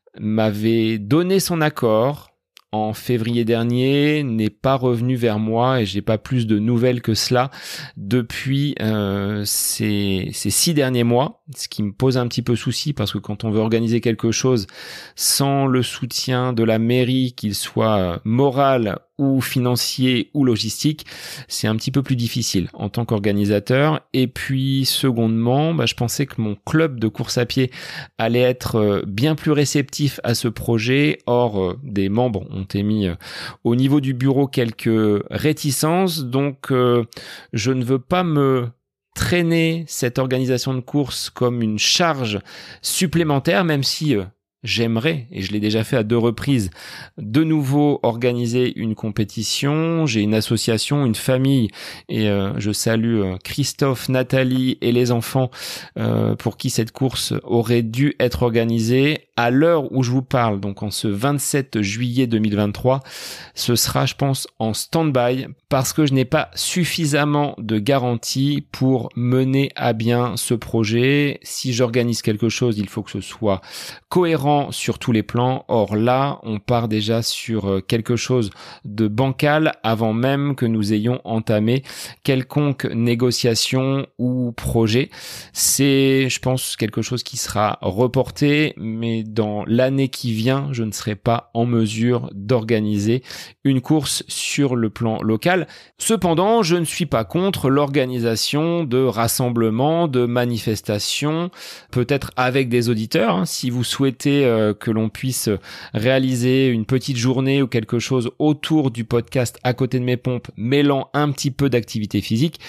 m'avait donné son accord en février dernier n'est pas revenu vers moi et j'ai pas plus de nouvelles que cela depuis euh, ces, ces six derniers mois, ce qui me pose un petit peu souci parce que quand on veut organiser quelque chose sans le soutien de la mairie, qu'il soit moral ou financier ou logistique, c'est un petit peu plus difficile en tant qu'organisateur. Et puis secondement, bah, je pensais que mon club de course à pied allait être bien plus réceptif à ce projet. Or, des membres ont émis au niveau du bureau quelques réticences, donc euh, je ne veux pas me traîner cette organisation de course comme une charge supplémentaire, même si euh, j'aimerais, et je l'ai déjà fait à deux reprises, de nouveau organiser une compétition. J'ai une association, une famille, et euh, je salue euh, Christophe, Nathalie et les enfants euh, pour qui cette course aurait dû être organisée. À l'heure où je vous parle, donc en ce vingt-sept juillet deux mille vingt-trois, ce sera, je pense, en stand-by parce que je n'ai pas suffisamment de garanties pour mener à bien ce projet. Si j'organise quelque chose, il faut que ce soit cohérent sur tous les plans. Or là, on part déjà sur quelque chose de bancal avant même que nous ayons entamé quelconque négociation ou projet. C'est, je pense, quelque chose qui sera reporté, mais dans l'année qui vient, je ne serai pas en mesure d'organiser une course sur le plan local. Cependant, je ne suis pas contre l'organisation de rassemblements, de manifestations, peut-être avec des auditeurs. Hein, si vous souhaitez euh, que l'on puisse réaliser une petite journée ou quelque chose autour du podcast À côté de mes pompes, mêlant un petit peu d'activité physique,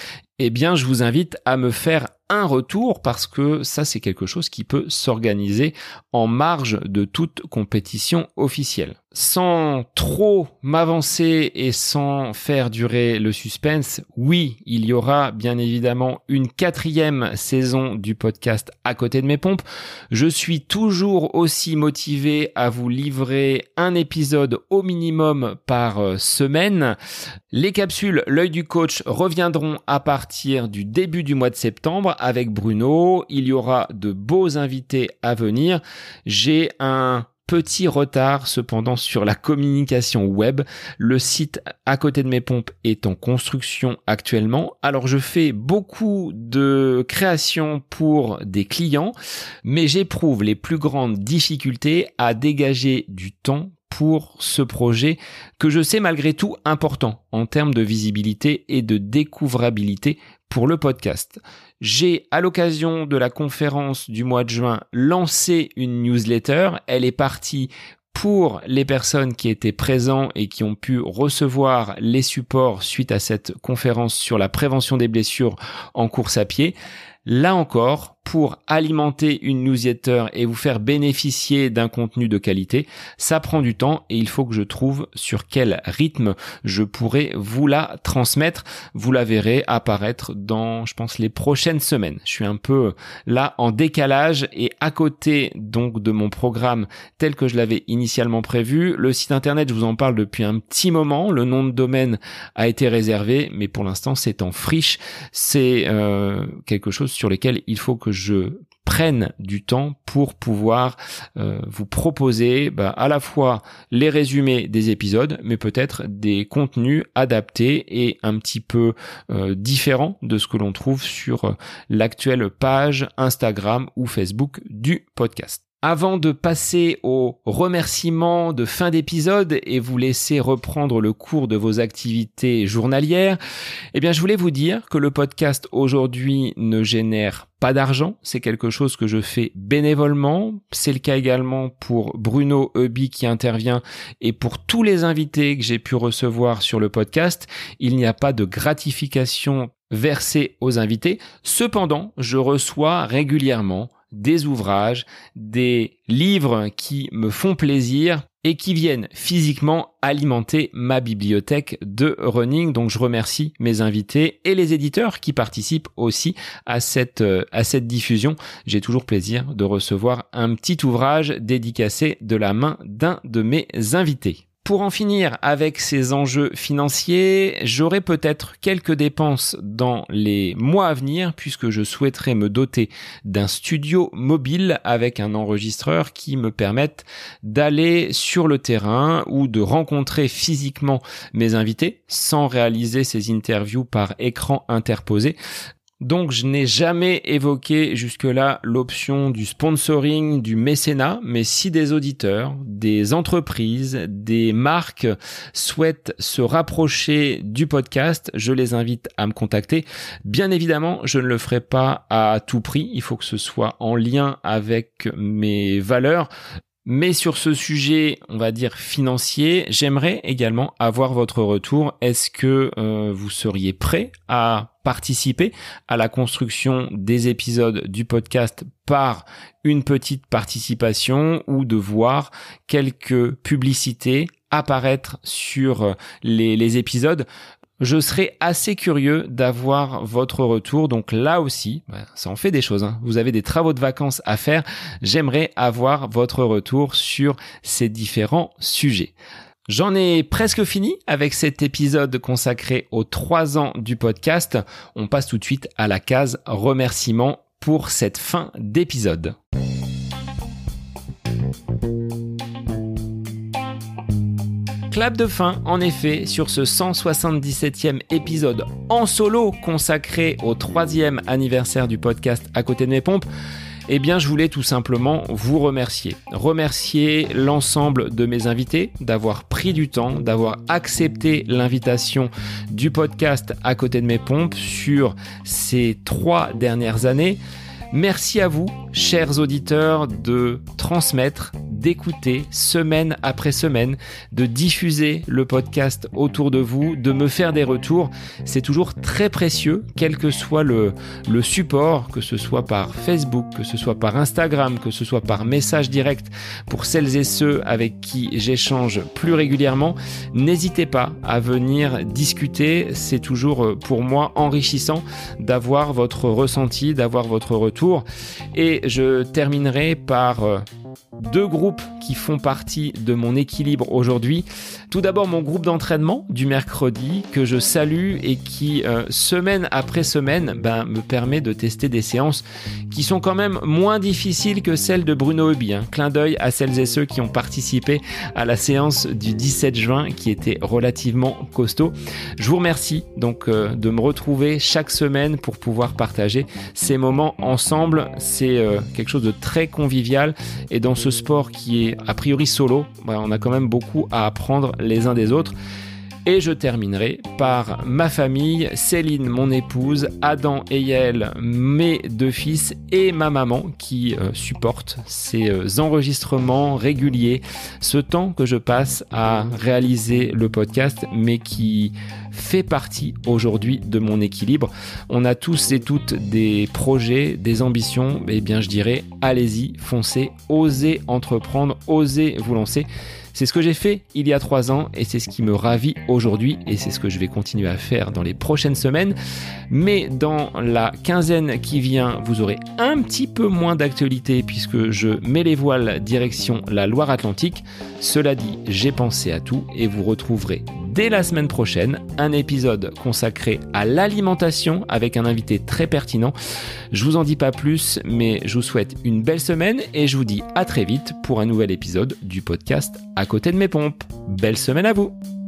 eh bien, je vous invite à me faire un retour parce que ça, c'est quelque chose qui peut s'organiser en marge de toute compétition officielle. Sans trop m'avancer et sans faire durer le suspense, oui, il y aura bien évidemment une quatrième saison du podcast À côté de mes pompes. Je suis toujours aussi motivé à vous livrer un épisode au minimum par semaine. Les capsules L'œil du coach reviendront à partir du début du mois de septembre avec Bruno. Il y aura de beaux invités à venir. J'ai un petit retard cependant sur la communication web. Le site À côté de mes pompes est en construction actuellement. Alors je fais beaucoup de créations pour des clients, mais j'éprouve les plus grandes difficultés à dégager du temps pour ce projet que je sais malgré tout important en termes de visibilité et de découvrabilité pour le podcast. J'ai, à l'occasion de la conférence du mois de juin, lancé une newsletter. Elle est partie pour les personnes qui étaient présents et qui ont pu recevoir les supports suite à cette conférence sur la prévention des blessures en course à pied. Là encore, pour alimenter une newsletter et vous faire bénéficier d'un contenu de qualité, ça prend du temps et il faut que je trouve sur quel rythme je pourrais vous la transmettre. Vous la verrez apparaître dans, je pense, les prochaines semaines. Je suis un peu là en décalage et à côté donc de mon programme tel que je l'avais initialement prévu. Le site internet, je vous en parle depuis un petit moment. Le nom de domaine a été réservé, mais pour l'instant, c'est en friche. C'est euh, quelque chose sur lequel il faut que je prenne du temps pour pouvoir euh, vous proposer bah, à la fois les résumés des épisodes, mais peut-être des contenus adaptés et un petit peu euh, différents de ce que l'on trouve sur euh, l'actuelle page Instagram ou Facebook du podcast. Avant de passer aux remerciements de fin d'épisode et vous laisser reprendre le cours de vos activités journalières, eh bien, je voulais vous dire que le podcast aujourd'hui ne génère pas d'argent. C'est quelque chose que je fais bénévolement. C'est le cas également pour Bruno Eubi qui intervient et pour tous les invités que j'ai pu recevoir sur le podcast. Il n'y a pas de gratification versée aux invités. Cependant, je reçois régulièrement des ouvrages, des livres qui me font plaisir et qui viennent physiquement alimenter ma bibliothèque de running. Donc je remercie mes invités et les éditeurs qui participent aussi à cette, à cette diffusion. J'ai toujours plaisir de recevoir un petit ouvrage dédicacé de la main d'un de mes invités. Pour en finir avec ces enjeux financiers, j'aurai peut-être quelques dépenses dans les mois à venir puisque je souhaiterais me doter d'un studio mobile avec un enregistreur qui me permette d'aller sur le terrain ou de rencontrer physiquement mes invités sans réaliser ces interviews par écran interposé. Donc, je n'ai jamais évoqué jusque-là l'option du sponsoring, du mécénat, mais si des auditeurs, des entreprises, des marques souhaitent se rapprocher du podcast, je les invite à me contacter. Bien évidemment, je ne le ferai pas à tout prix. Il faut que ce soit en lien avec mes valeurs. Mais sur ce sujet, on va dire financier, j'aimerais également avoir votre retour. Est-ce que euh, vous seriez prêt à participer à la construction des épisodes du podcast par une petite participation ou de voir quelques publicités apparaître sur les, les épisodes? Je serais assez curieux d'avoir votre retour. Donc là aussi, ça en fait des choses, hein. Vous avez des travaux de vacances à faire. J'aimerais avoir votre retour sur ces différents sujets. J'en ai presque fini avec cet épisode consacré aux trois ans du podcast. On passe tout de suite à la case remerciements pour cette fin d'épisode. Clap de fin, en effet, sur ce cent soixante-dix-septième épisode en solo consacré au troisième anniversaire du podcast À côté de mes pompes. Eh bien, je voulais tout simplement vous remercier. Remercier l'ensemble de mes invités d'avoir pris du temps, d'avoir accepté l'invitation du podcast À côté de mes pompes sur ces trois dernières années. Merci à vous, chers auditeurs, de transmettre, d'écouter semaine après semaine, de diffuser le podcast autour de vous, de me faire des retours. C'est toujours très précieux, quel que soit le, le support, que ce soit par Facebook, que ce soit par Instagram, que ce soit par message direct pour celles et ceux avec qui j'échange plus régulièrement. N'hésitez pas à venir discuter, c'est toujours pour moi enrichissant d'avoir votre ressenti, d'avoir votre retour. Et je terminerai par deux groupes qui font partie de mon équilibre aujourd'hui. Tout d'abord, mon groupe d'entraînement du mercredi que je salue et qui, euh, semaine après semaine, ben, me permet de tester des séances qui sont quand même moins difficiles que celles de Bruno Heuby. Hein. Clin d'œil à celles et ceux qui ont participé à la séance du dix-sept juin qui était relativement costaud. Je vous remercie donc euh, de me retrouver chaque semaine pour pouvoir partager ces moments ensemble. C'est euh, quelque chose de très convivial et dans ce sport qui est a priori solo, ben, on a quand même beaucoup à apprendre les uns des autres. Et je terminerai par ma famille, Céline, mon épouse, Adam et Yael, mes deux fils et ma maman qui euh, supportent ces euh, enregistrements réguliers, ce temps que je passe à réaliser le podcast, mais qui fait partie aujourd'hui de mon équilibre. On a tous et toutes des projets, des ambitions, et bien je dirais allez-y, foncez, osez entreprendre, osez vous lancer. C'est ce que j'ai fait il y a trois ans et c'est ce qui me ravit aujourd'hui et c'est ce que je vais continuer à faire dans les prochaines semaines. Mais dans la quinzaine qui vient, vous aurez un petit peu moins d'actualité puisque je mets les voiles direction la Loire-Atlantique. Cela dit, j'ai pensé à tout et vous retrouverez dès la semaine prochaine un épisode consacré à l'alimentation avec un invité très pertinent. Je vous en dis pas plus, mais je vous souhaite une belle semaine et je vous dis à très vite pour un nouvel épisode du podcast À côté de mes pompes. Belle semaine à vous!